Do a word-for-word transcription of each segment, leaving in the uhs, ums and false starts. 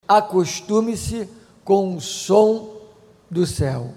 acostume-se com o som do céu.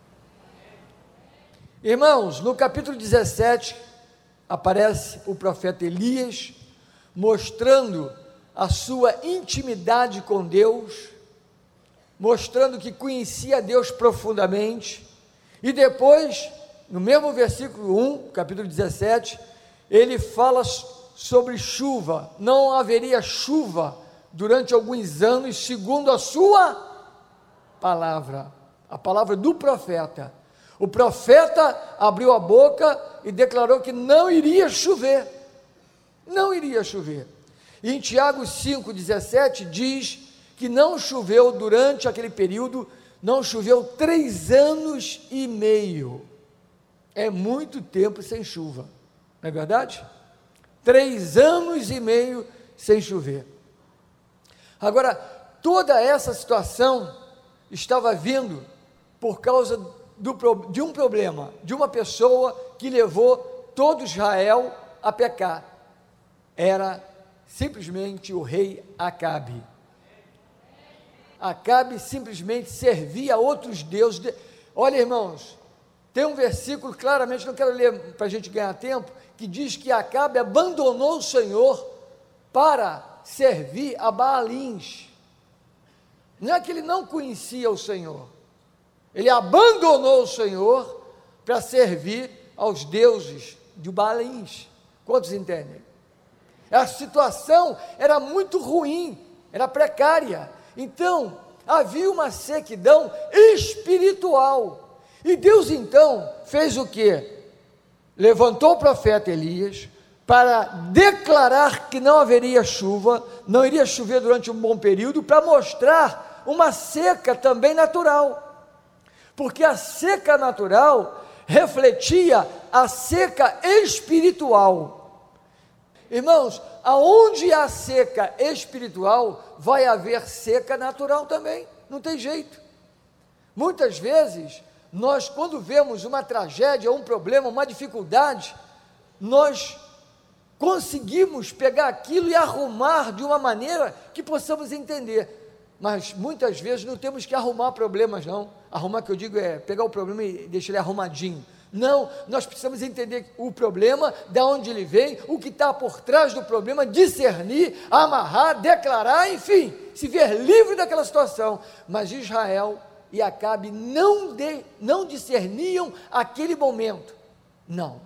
Irmãos, no capítulo dezessete, aparece o profeta Elias, mostrando a sua intimidade com Deus, mostrando que conhecia Deus profundamente, e depois, no mesmo versículo um, capítulo dezessete, ele fala sobre chuva. Não haveria chuva durante alguns anos, segundo a sua palavra, a palavra do profeta. O profeta abriu a boca e declarou que não iria chover, não iria chover. E em Tiago cinco, dezessete diz que não choveu durante aquele período, não choveu três anos e meio. É muito tempo sem chuva, não é verdade? Três anos e meio sem chover. Agora, toda essa situação estava vindo por causa do, de um problema, de uma pessoa que levou todo Israel a pecar. Era simplesmente o rei Acabe. Acabe simplesmente servia a outros deuses. Olha, irmãos, tem um versículo, claramente, não quero ler para a gente ganhar tempo, que diz que Acabe abandonou o Senhor para servir a Baalins. Não é que ele não conhecia o Senhor, ele abandonou o Senhor para servir aos deuses de Baalins. Quantos entendem? A situação era muito ruim, era precária. Então, havia uma sequidão espiritual. E Deus então fez o quê? Levantou o profeta Elias para declarar que não haveria chuva, não iria chover durante um bom período, para mostrar uma seca também natural. Porque a seca natural refletia a seca espiritual. Irmãos, aonde há seca espiritual, vai haver seca natural também, não tem jeito. Muitas vezes, nós quando vemos uma tragédia, um problema, uma dificuldade, nós conseguimos pegar aquilo e arrumar de uma maneira que possamos entender. Mas muitas vezes não temos que arrumar problemas não, arrumar que eu digo é pegar o problema e deixar ele arrumadinho. Não, nós precisamos entender o problema, de onde ele vem, o que está por trás do problema, discernir, amarrar, declarar, enfim, se ver livre daquela situação. Mas Israel e Acabe não, de, não discerniam aquele momento, não.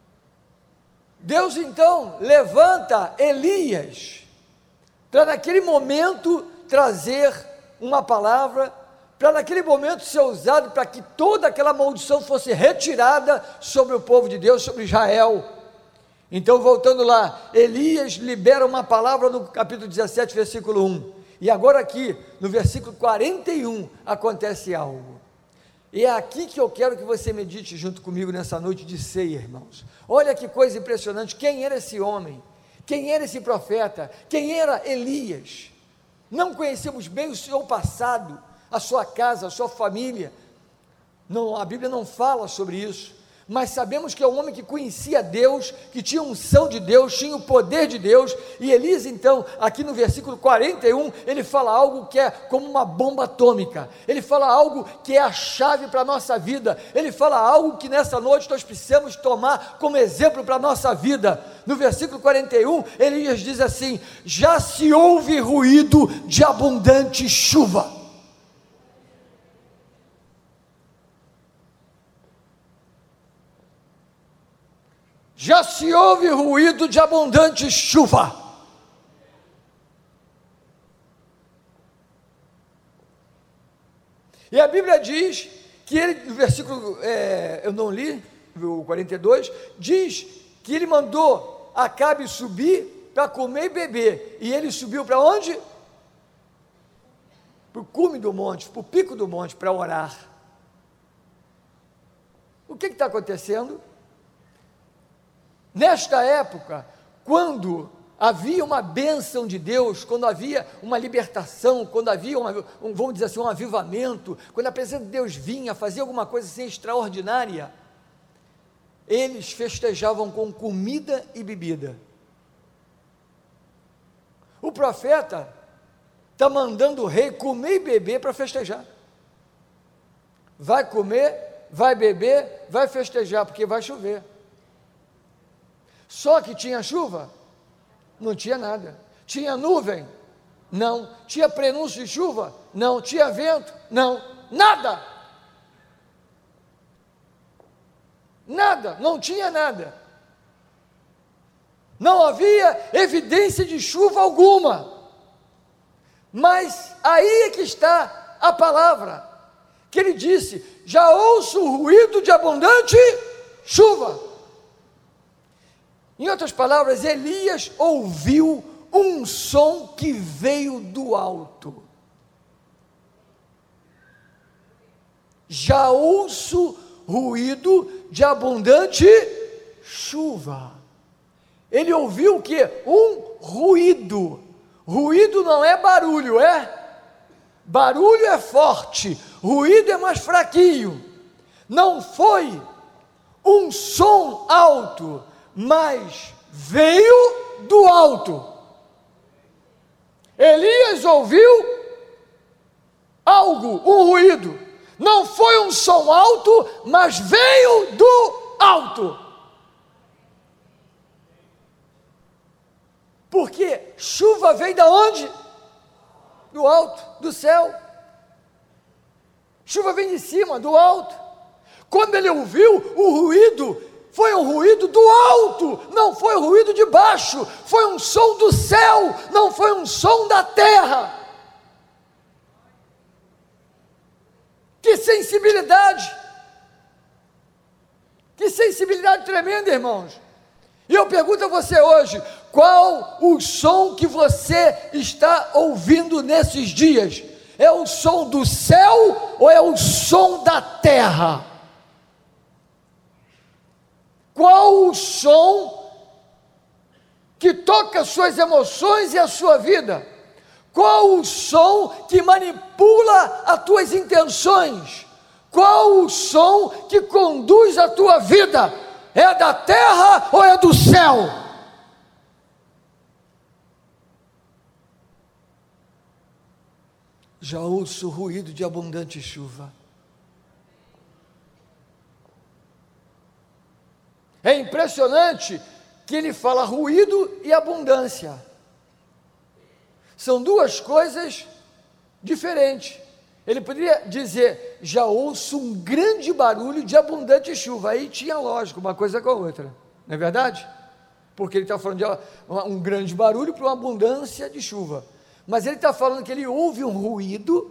Deus então levanta Elias, para naquele momento trazer uma palavra, para naquele momento ser usado para que toda aquela maldição fosse retirada sobre o povo de Deus, sobre Israel. Então, voltando lá, Elias libera uma palavra no capítulo dezessete, versículo um, e agora aqui, no versículo quarenta e um, acontece algo, e é aqui que eu quero que você medite junto comigo nessa noite de ceia, irmãos. Olha que coisa impressionante, quem era esse homem, quem era esse profeta, quem era Elias? Não conhecemos bem o seu passado, a sua casa, a sua família, não, a Bíblia não fala sobre isso, mas sabemos que é um homem que conhecia Deus, que tinha unção de Deus, tinha o poder de Deus. E Elias então, aqui no versículo quarenta e um, ele fala algo que é como uma bomba atômica, ele fala algo que é a chave para a nossa vida, ele fala algo que nessa noite nós precisamos tomar como exemplo para a nossa vida. No versículo quarenta e um, Elias diz assim: já se ouve ruído de abundante chuva. Já se ouve ruído de abundante chuva. E a Bíblia diz que ele, no versículo, é, eu não li, o quarenta e dois, diz que ele mandou Acabe subir para comer e beber, e ele subiu para onde? Para o cume do monte, para o pico do monte, para orar. O que está acontecendo? Nesta época, quando havia uma bênção de Deus, quando havia uma libertação, quando havia, uma, um, vamos dizer assim, um avivamento, quando a presença de Deus vinha, fazia alguma coisa assim extraordinária, eles festejavam com comida e bebida. O profeta está mandando o rei comer e beber para festejar. Vai comer, vai beber, vai festejar, porque vai chover. Só que tinha chuva? Não tinha nada. Tinha nuvem? Não. Tinha prenúncio de chuva? Não. Tinha vento? Não. Nada. Nada. Não tinha nada. Não havia evidência de chuva alguma. Mas aí é que está a palavra, que ele disse: já ouço o ruído de abundante chuva. Em outras palavras, Elias ouviu um som que veio do alto. Já ouço ruído de abundante chuva. Ele ouviu o quê? Um ruído. Ruído não é barulho, é? Barulho é forte, ruído é mais fraquinho. Não foi um som alto, mas veio do alto. Elias ouviu algo, um ruído. Não foi um som alto, mas veio do alto. Porque chuva vem da onde? Do alto, do céu. Chuva vem de cima, do alto. Quando ele ouviu o ruído, foi um ruído do alto, não foi um ruído de baixo, foi um som do céu, não foi um som da terra. Que sensibilidade! Que sensibilidade tremenda, irmãos! E eu pergunto a você hoje: qual o som que você está ouvindo nesses dias? É o som do céu ou é o som da terra? Qual o som que toca as suas emoções e a sua vida? Qual o som que manipula as tuas intenções? Qual o som que conduz a tua vida? É da terra ou é do céu? Já ouço o ruído de abundante chuva. É impressionante que ele fala ruído e abundância. São duas coisas diferentes. Ele poderia dizer: já ouço um grande barulho de abundante chuva. Aí tinha lógico, uma coisa com a outra, não é verdade? Porque ele está falando de um grande barulho para uma abundância de chuva. Mas ele está falando que ele ouve um ruído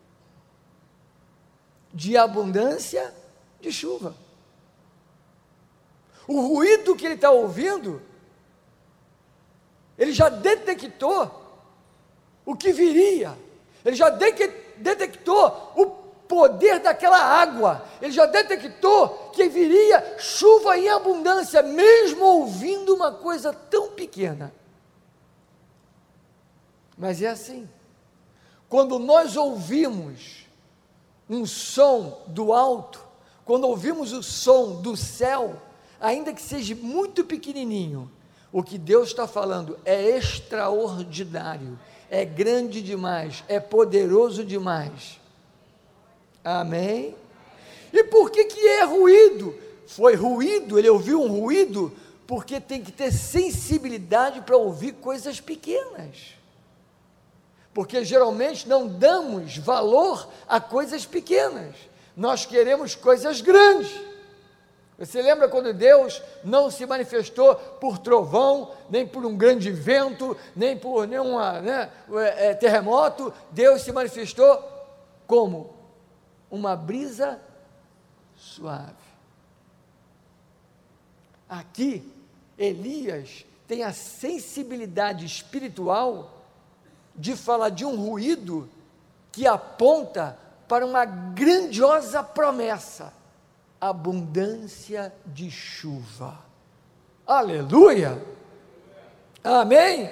de abundância de chuva. O ruído que ele está ouvindo, ele já detectou o que viria, ele já detectou o poder daquela água, ele já detectou que viria chuva em abundância, mesmo ouvindo uma coisa tão pequena. Mas é assim, quando nós ouvimos um som do alto, quando ouvimos o som do céu, ainda que seja muito pequenininho, o que Deus está falando é extraordinário, é grande demais, é poderoso demais. Amém? E por que que é ruído? Foi ruído, ele ouviu um ruído, porque tem que ter sensibilidade para ouvir coisas pequenas. Porque geralmente não damos valor a coisas pequenas, nós queremos coisas grandes. Você lembra quando Deus não se manifestou por trovão, nem por um grande vento, nem por nenhum né, é, terremoto? Deus se manifestou como? Uma brisa suave. Aqui, Elias tem a sensibilidade espiritual de falar de um ruído que aponta para uma grandiosa promessa: abundância de chuva. Aleluia! Amém?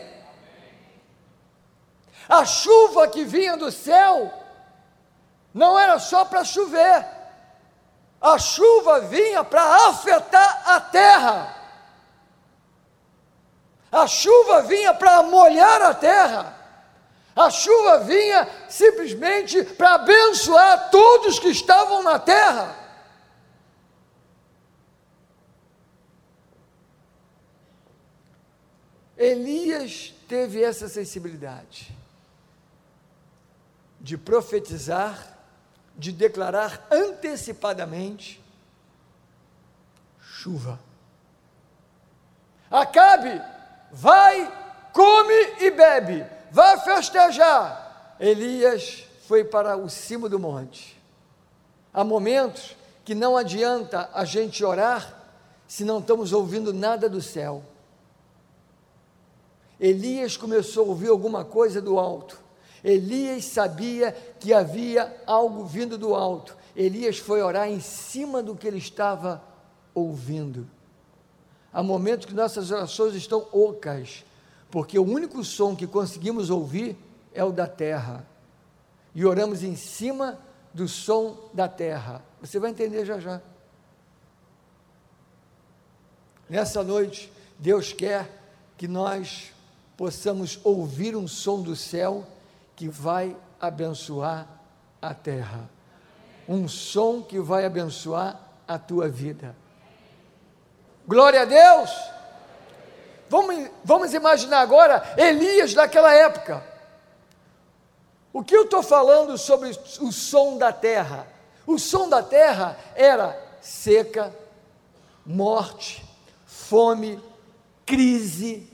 A chuva que vinha do céu não era só para chover, a chuva vinha para afetar a terra, a chuva vinha para molhar a terra, A chuva vinha simplesmente para abençoar todos que estavam na terra. Elias teve essa sensibilidade de profetizar, de declarar antecipadamente chuva. Acabe, vai, come e bebe, vai festejar. Elias foi para o cimo do monte. Há momentos que não adianta a gente orar se não estamos ouvindo nada do céu. Elias começou a ouvir alguma coisa do alto. Elias sabia que havia algo vindo do alto. Elias foi orar em cima do que ele estava ouvindo. Há momentos que nossas orações estão ocas, porque o único som que conseguimos ouvir é o da terra, e oramos em cima do som da terra. Você vai entender já já. Nessa noite, Deus quer que nós possamos ouvir um som do céu que vai abençoar a terra, um som que vai abençoar a tua vida. Glória a Deus! Vamos, vamos imaginar agora Elias daquela época. O que eu estou falando sobre o som da terra? O som da terra era seca, morte, fome, crise,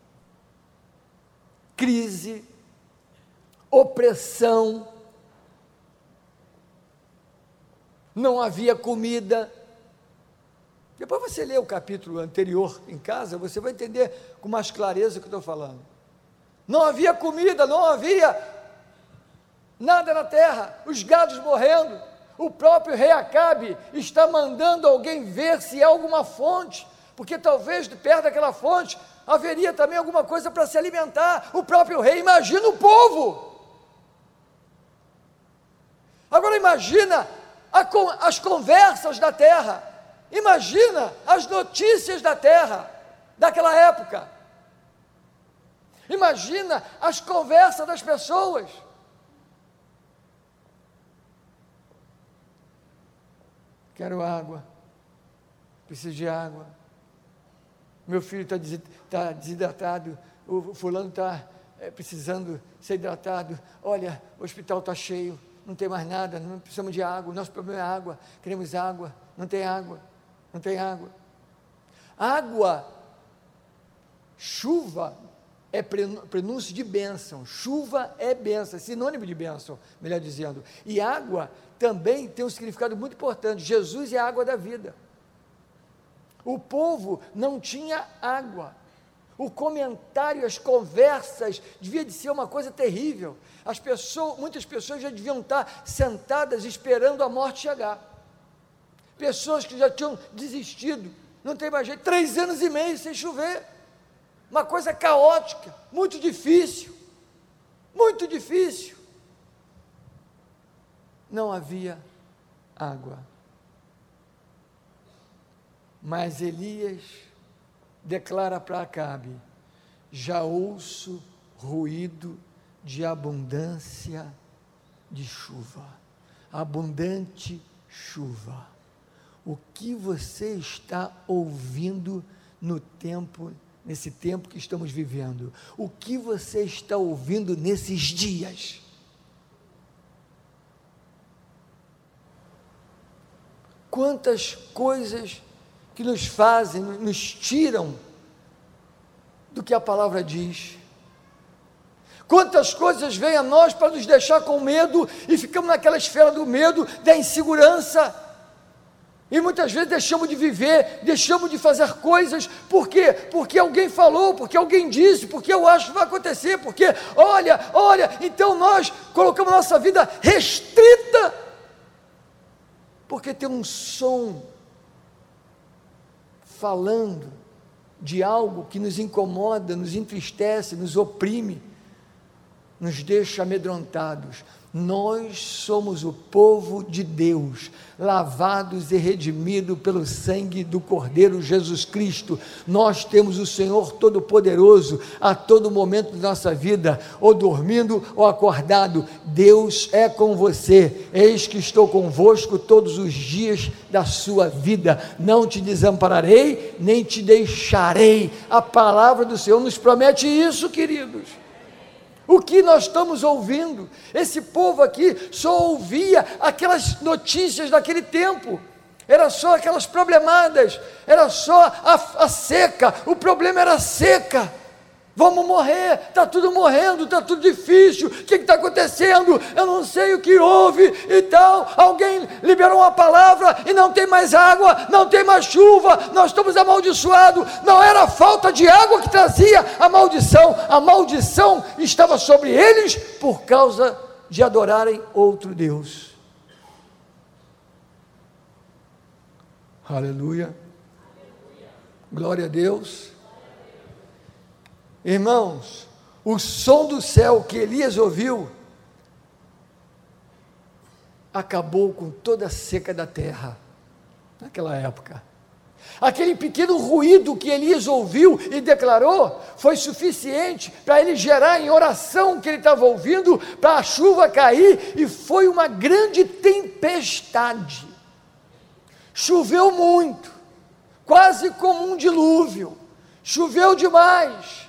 crise, opressão, não havia comida. Depois você lê o capítulo anterior em casa, você vai entender com mais clareza o que eu estou falando. Não havia comida, não havia nada na terra, os gados morrendo. O próprio rei Acabe está mandando alguém ver se há alguma fonte, porque talvez perto daquela fonte haveria também alguma coisa para se alimentar. O próprio rei, imagina o povo. Agora imagina a, as conversas da terra, imagina as notícias da terra, daquela época, imagina as conversas das pessoas. Quero água, preciso de água, meu filho está tá desidratado, o fulano está é, precisando ser hidratado, olha, o hospital está cheio, não tem mais nada, não precisamos de água, o nosso problema é água, queremos água, não tem água, não tem água. Água, chuva é prenúncio de bênção, chuva é bênção, é sinônimo de bênção, melhor dizendo, e água também tem um significado muito importante. Jesus é a água da vida. O povo não tinha água. O comentário, as conversas, devia de ser uma coisa terrível. As pessoas, muitas pessoas já deviam estar sentadas esperando a morte chegar. Pessoas que já tinham desistido, não tem mais jeito, três anos e meio sem chover. Uma coisa caótica, muito difícil, muito difícil. Não havia água. Mas Elias declara para Acabe: já ouço ruído de abundância de chuva, abundante chuva. O que você está ouvindo no tempo, nesse tempo que estamos vivendo? O que você está ouvindo nesses dias? Quantas coisas que nos fazem, nos tiram do que a palavra diz. Quantas coisas vêm a nós para nos deixar com medo e ficamos naquela esfera do medo, da insegurança. E muitas vezes deixamos de viver, deixamos de fazer coisas, por quê? Porque alguém falou, porque alguém disse, porque eu acho que vai acontecer, porque olha, olha, então nós colocamos a nossa vida restrita, porque tem um som falando de algo que nos incomoda, nos entristece, nos oprime. nos deixa amedrontados. Nós somos o povo de Deus, lavados e redimidos pelo sangue do Cordeiro Jesus Cristo. Nós temos o Senhor Todo-Poderoso a todo momento da nossa vida, ou dormindo ou acordado. Deus é com você. Eis que estou convosco todos os dias da sua vida, não te desampararei, nem te deixarei. A palavra do Senhor nos promete isso, queridos. O que nós estamos ouvindo? Esse povo aqui só ouvia aquelas notícias daquele tempo, era só aquelas problemadas, era só a, a seca, o problema era a seca. Vamos morrer, está tudo morrendo, está tudo difícil, o que está acontecendo? Eu não sei o que houve e tal. Alguém liberou uma palavra e não tem mais água, não tem mais chuva, nós estamos amaldiçoados. Não era a falta de água que trazia a maldição, a maldição estava sobre eles por causa de adorarem outro Deus. Aleluia, glória a Deus. Irmãos, o som do céu que Elias ouviu acabou com toda a seca da terra naquela época. Aquele pequeno ruído que Elias ouviu e declarou foi suficiente para ele gerar em oração que ele estava ouvindo, para a chuva cair, e foi uma grande tempestade. Choveu muito, quase como um dilúvio, choveu demais.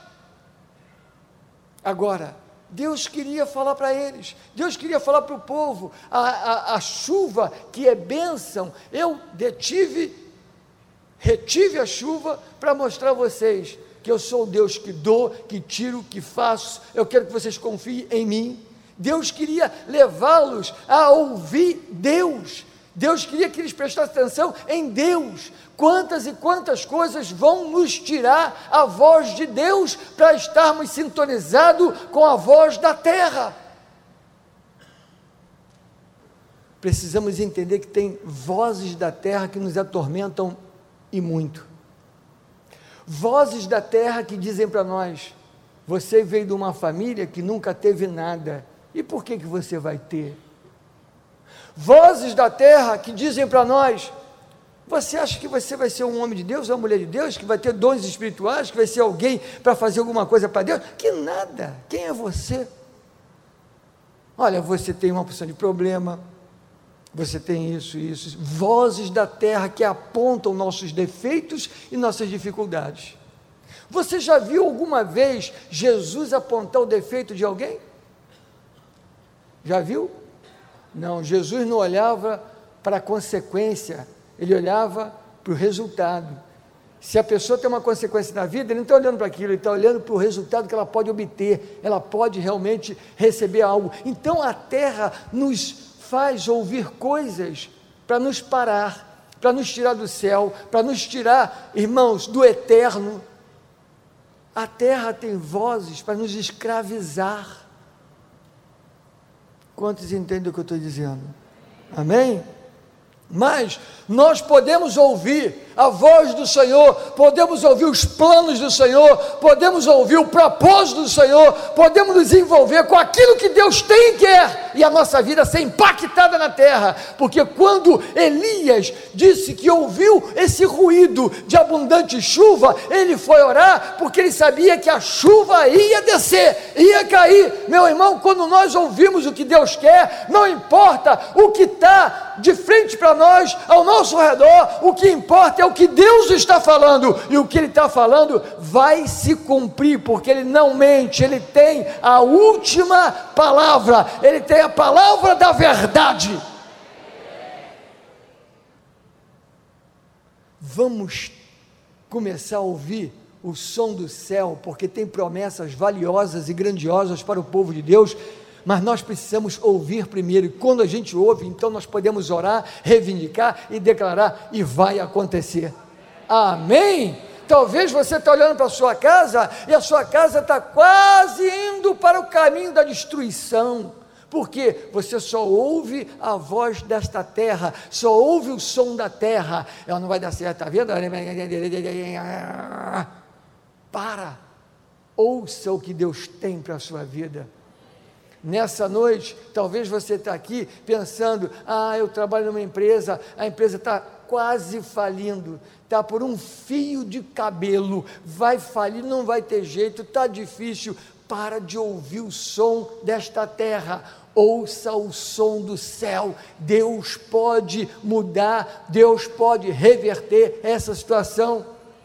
Agora, Deus queria falar para eles, Deus queria falar para o povo, a, a, a chuva que é bênção, eu detive, retive a chuva para mostrar a vocês que eu sou o Deus que dou, que tiro, que faço. Eu quero que vocês confiem em mim. Deus queria levá-los a ouvir Deus, Deus queria que eles prestassem atenção em Deus. Quantas e quantas coisas vão nos tirar a voz de Deus para estarmos sintonizados com a voz da terra. Precisamos entender que tem vozes da terra que nos atormentam e muito. Vozes da terra que dizem para nós: você veio de uma família que nunca teve nada, e por que que você vai ter? Vozes da terra que dizem para nós: você acha que você vai ser um homem de Deus, uma mulher de Deus, que vai ter dons espirituais, que vai ser alguém para fazer alguma coisa para Deus? Que nada. Quem é você? Olha, você tem uma porção de problema, você tem isso e isso. Vozes da terra que apontam nossos defeitos e nossas dificuldades. Você já viu alguma vez Jesus apontar o defeito de alguém? Já viu? Não, Jesus não olhava para a consequência, ele olhava para o resultado. Se a pessoa tem uma consequência na vida, ele não está olhando para aquilo, ele está olhando para o resultado que ela pode obter, ela pode realmente receber algo. Então a terra nos faz ouvir coisas para nos parar, para nos tirar do céu, para nos tirar, irmãos, do eterno. A terra tem vozes para nos escravizar. Quantos entendem o que eu estou dizendo? Amém? Mas nós podemos ouvir a voz do Senhor, podemos ouvir os planos do Senhor, podemos ouvir o propósito do Senhor, podemos nos envolver com aquilo que Deus tem e quer, e a nossa vida ser impactada na terra, porque quando Elias disse que ouviu esse ruído de abundante chuva, ele foi orar, porque ele sabia que a chuva ia descer, ia cair. Meu irmão, quando nós ouvimos o que Deus quer, não importa o que está de frente para nós, ao nosso redor, o que importa é o que Deus está falando, e o que Ele está falando vai se cumprir, porque Ele não mente, Ele tem a última palavra, Ele tem a palavra da verdade. Vamos começar a ouvir o som do céu, porque tem promessas valiosas e grandiosas para o povo de Deus, mas nós precisamos ouvir primeiro, e quando a gente ouve, então nós podemos orar, reivindicar e declarar, e vai acontecer. Amém? Talvez você está olhando para a sua casa, e a sua casa está quase indo para o caminho da destruição, porque você só ouve a voz desta terra, só ouve o som da terra. Ela não vai dar certo, está vendo? Para, ouça o que Deus tem para a sua vida. Nessa noite, talvez você está aqui pensando, ah, eu trabalho numa empresa, a empresa está quase falindo, está por um fio de cabelo, vai falir, não vai ter jeito, está difícil. Para de ouvir o som desta terra, ouça o som do céu. Deus pode mudar, Deus pode reverter essa situação.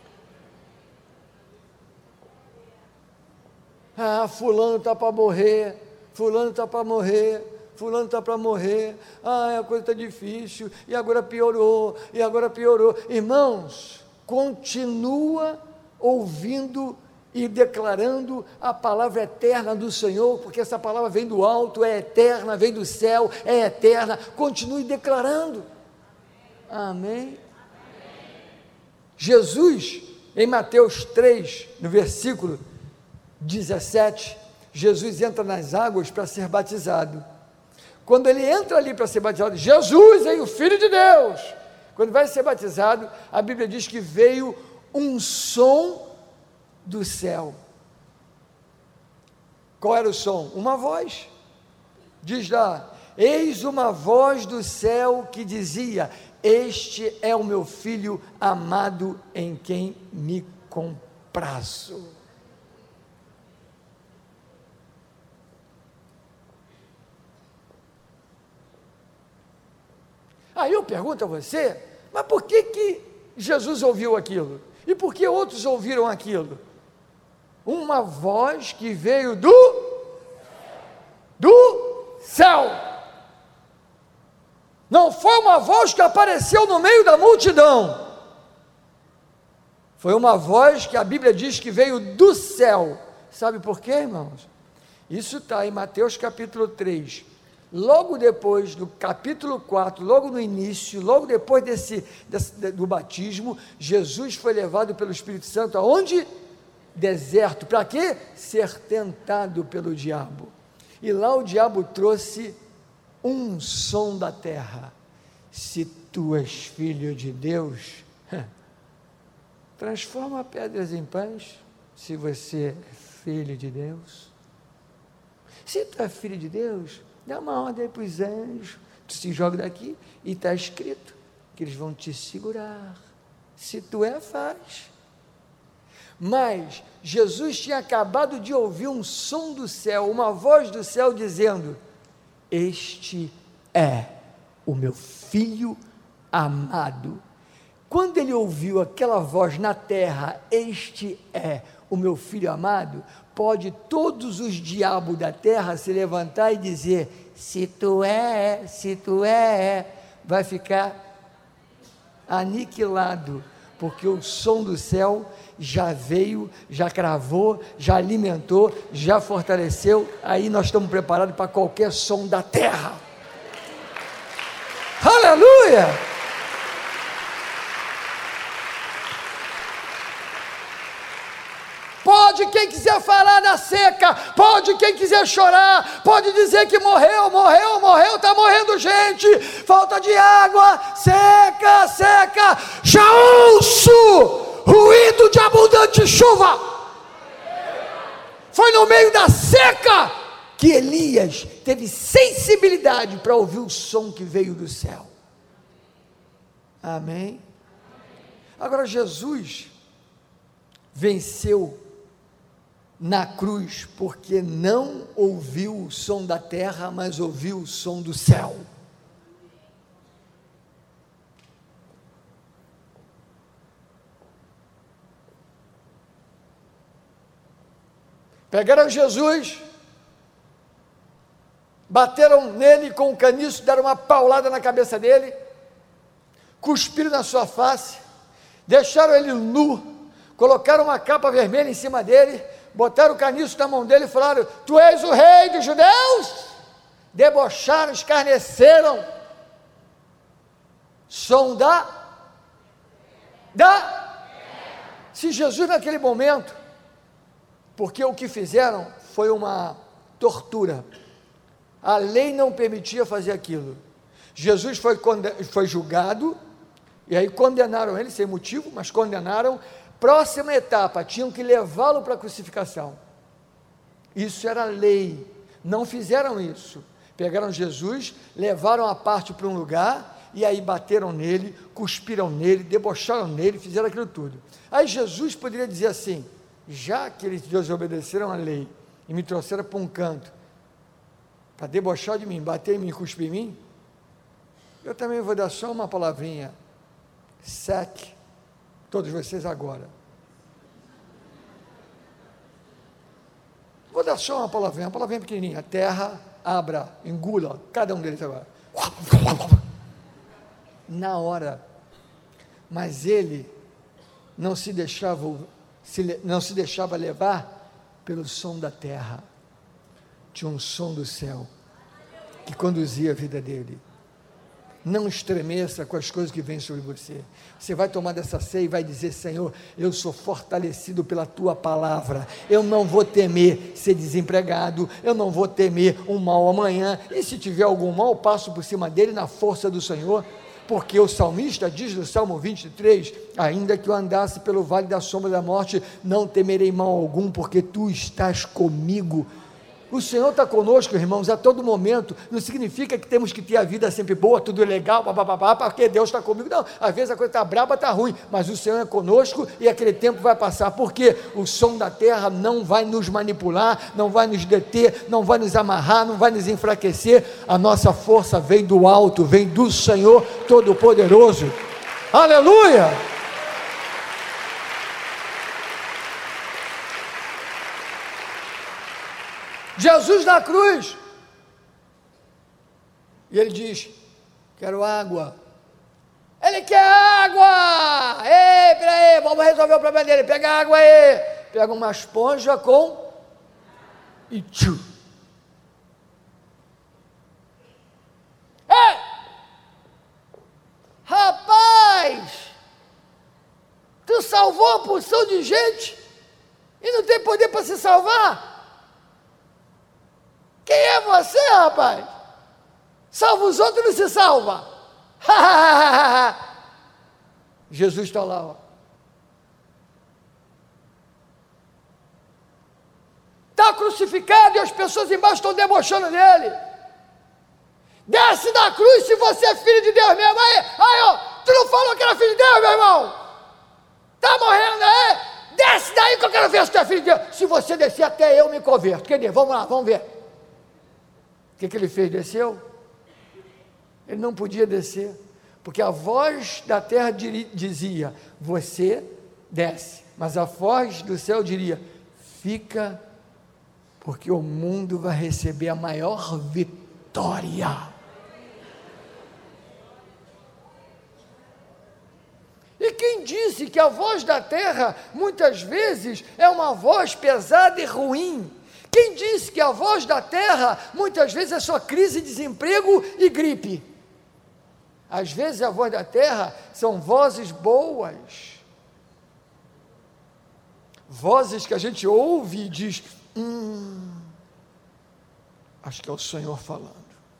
Ah, fulano está para morrer, fulano está para morrer, fulano está para morrer, ah, a coisa está difícil, e agora piorou, e agora piorou. Irmãos, continua ouvindo e declarando a palavra eterna do Senhor, porque essa palavra vem do alto, é eterna, vem do céu, é eterna. Continue declarando. Amém? Amém. Jesus, em Mateus três, no versículo dezessete, Jesus entra nas águas para ser batizado. Quando ele entra ali para ser batizado, Jesus, aí, o Filho de Deus, quando vai ser batizado, a Bíblia diz que veio um som do céu. Qual era o som? Uma voz. Diz lá: eis uma voz do céu que dizia: este é o meu filho amado, em quem me comprazo. Aí eu pergunto a você, mas por que que Jesus ouviu aquilo? E por que outros ouviram aquilo? Uma voz que veio do, do céu. Não foi uma voz que apareceu no meio da multidão. Foi uma voz que a Bíblia diz que veio do céu. Sabe por quê, irmãos? Isso está em Mateus capítulo três. Logo depois do capítulo quatro, logo no início, logo depois desse, desse, do batismo, Jesus foi levado pelo Espírito Santo aonde? Deserto. Para quê? Ser tentado pelo diabo. E lá o diabo trouxe um som da terra: se tu és filho de Deus, transforma pedras em pães, se você é filho de Deus. Se tu é filho de Deus, dá uma ordem para os anjos, tu se joga daqui, e está escrito que eles vão te segurar. Se tu é, faz. Mas Jesus tinha acabado de ouvir um som do céu, uma voz do céu dizendo: este é o meu filho amado. Quando ele ouviu aquela voz na terra, este é o meu filho amado, pode todos os diabos da terra se levantar e dizer: se tu é, se tu é, vai ficar aniquilado, porque o som do céu já veio, já cravou, já alimentou, já fortaleceu. Aí nós estamos preparados para qualquer som da terra. Aleluia! Pode quem quiser falar da seca, pode quem quiser chorar, pode dizer que morreu, morreu, morreu, está morrendo gente, falta de água, seca, seca, já ouço ruído de abundante chuva. Foi no meio da seca que Elias teve sensibilidade para ouvir o som que veio do céu. Amém? Agora Jesus venceu na cruz, porque não ouviu o som da terra, mas ouviu o som do céu. Pegaram Jesus, bateram nele com um caniço, deram uma paulada na cabeça dele, cuspiram na sua face, deixaram ele nu, colocaram uma capa vermelha em cima dele, botaram o caniço na mão dele e falaram: tu és o rei dos judeus? Debocharam, escarneceram. Som da da se Jesus naquele momento, porque o que fizeram foi uma tortura, a lei não permitia fazer aquilo. Jesus foi, foi julgado, e aí condenaram ele sem motivo, mas condenaram. Próxima etapa, tinham que levá-lo para a crucificação. Isso era lei, não fizeram isso. Pegaram Jesus, levaram a parte para um lugar, e aí bateram nele, cuspiram nele, debocharam nele, fizeram aquilo tudo. Aí Jesus poderia dizer assim, já que eles desobedeceram a lei, e me trouxeram para um canto, para debochar de mim, bater em mim, cuspir em mim, eu também vou dar só uma palavrinha, sec, todos vocês agora. Vou dar só uma palavrinha, uma palavrinha pequenininha, terra, abra, engula, cada um deles agora. Na hora, mas ele não se deixava, se, não se deixava levar pelo som da terra, tinha um som do céu, que conduzia a vida dele. Não estremeça com as coisas que vêm sobre você. Você vai tomar dessa ceia e vai dizer, Senhor, eu sou fortalecido pela tua palavra, eu não vou temer ser desempregado, eu não vou temer um mal amanhã, e se tiver algum mal, eu passo por cima dele na força do Senhor, porque o salmista diz no Salmo vinte e três, ainda que eu andasse pelo vale da sombra da morte, não temerei mal algum, porque tu estás comigo. O Senhor está conosco, irmãos, a todo momento. Não significa que temos que ter a vida sempre boa, tudo legal, bababá, porque Deus está comigo. Não, às vezes a coisa está braba, está ruim, mas o Senhor é conosco e aquele tempo vai passar, porque o som da terra não vai nos manipular, não vai nos deter, não vai nos amarrar, não vai nos enfraquecer. A nossa força vem do alto, vem do Senhor Todo-Poderoso. Aleluia! Jesus na cruz, e ele diz, quero água, ele quer água, ei, peraí, vamos resolver o problema dele, pega água aí, pega uma esponja com, e tchu, ei, rapaz, tu salvou a porção de gente, e não tem poder para se salvar? Quem é você, rapaz? Salva os outros e não se salva. Jesus está lá, ó. Está crucificado e as pessoas embaixo estão debochando dele. Desce da cruz se você é filho de Deus mesmo. Aí, aí, ó, tu não falou que era filho de Deus, meu irmão? Está morrendo aí? Desce daí que eu quero ver se tu é filho de Deus. Se você descer, até eu me converto. Quer dizer, vamos lá, vamos ver. O que, que ele fez? Desceu? Ele não podia descer, porque a voz da terra dizia, você desce, mas a voz do céu diria, fica, porque o mundo vai receber a maior vitória. E quem disse que a voz da terra, muitas vezes, é uma voz pesada e ruim? Quem disse que a voz da terra, muitas vezes, é só crise, desemprego e gripe? Às vezes a voz da terra são vozes boas, vozes que a gente ouve e diz, hum, acho que é o Senhor falando.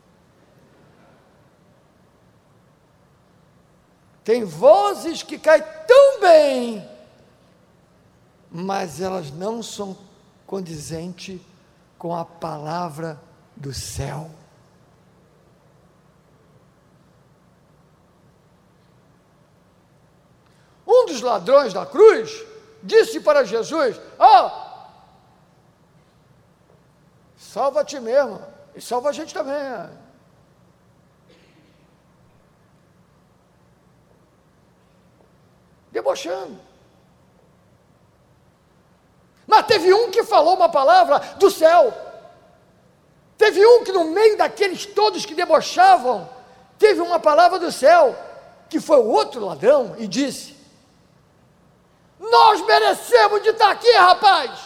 Tem vozes que caem tão bem, mas elas não são condizente com a palavra do céu. Um dos ladrões da cruz disse para Jesus, ó, oh, salva a ti mesmo, e salva a gente também. Debochando. Mas teve um que falou uma palavra do céu, teve um que no meio daqueles todos que debochavam, teve uma palavra do céu, que foi o outro ladrão, e disse, nós merecemos de estar aqui, rapaz,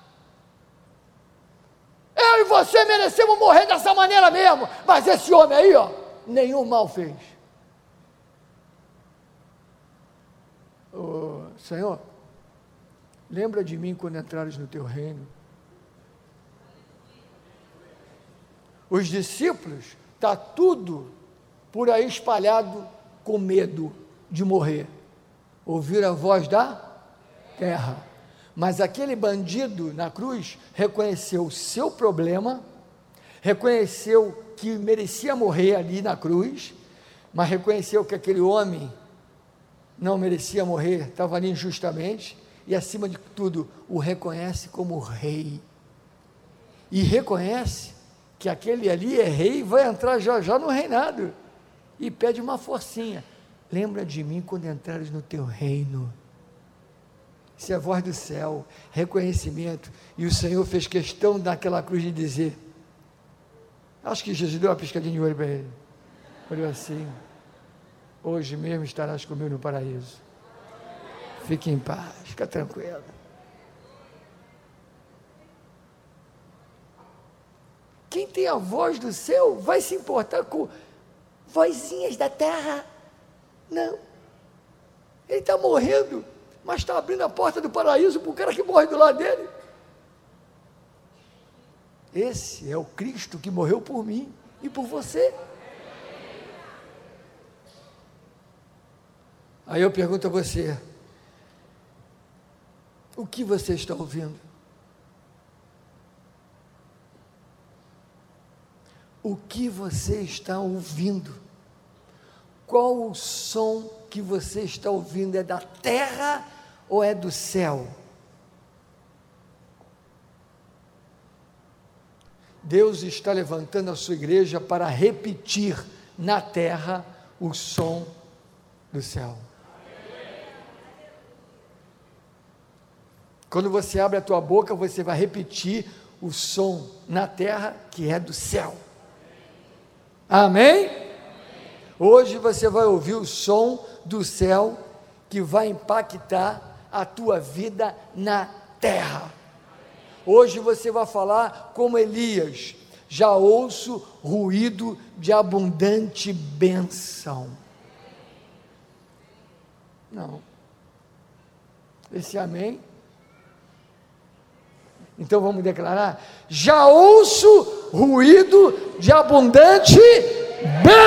eu e você merecemos morrer dessa maneira mesmo, mas esse homem aí, ó, nenhum mal fez. Oh, Senhor, lembra de mim quando entrares no teu reino. Os discípulos, está tudo por aí espalhado com medo de morrer. Ouviram a voz da terra. Mas aquele bandido na cruz reconheceu o seu problema, reconheceu que merecia morrer ali na cruz, mas reconheceu que aquele homem não merecia morrer, estava ali injustamente, e acima de tudo, o reconhece como rei, e reconhece que aquele ali é rei, vai entrar já já no reinado, e pede uma forcinha, lembra de mim quando entrares no teu reino. Isso é a voz do céu, reconhecimento, e o Senhor fez questão daquela cruz de dizer, acho que Jesus deu uma piscadinha de olho para ele, olhou assim, hoje mesmo estarás comigo no paraíso, fique em paz, fica tranquilo. Quem tem a voz do céu vai se importar com vozinhas da terra? Não, ele está morrendo, mas está abrindo a porta do paraíso para o cara que morre do lado dele. Esse é o Cristo que morreu por mim e por você. Aí eu pergunto a você, o que você está ouvindo? O que você está ouvindo? Qual o som que você está ouvindo? É da terra ou é do céu? Deus está levantando a sua igreja para repetir na terra o som do céu. Quando você abre a tua boca, você vai repetir o som na terra que é do céu. Amém? Hoje você vai ouvir o som do céu que vai impactar a tua vida na terra. Hoje você vai falar como Elias, já ouço ruído de abundante bênção. Não. Esse amém? Então vamos declarar, já ouço ruído de abundante bênção.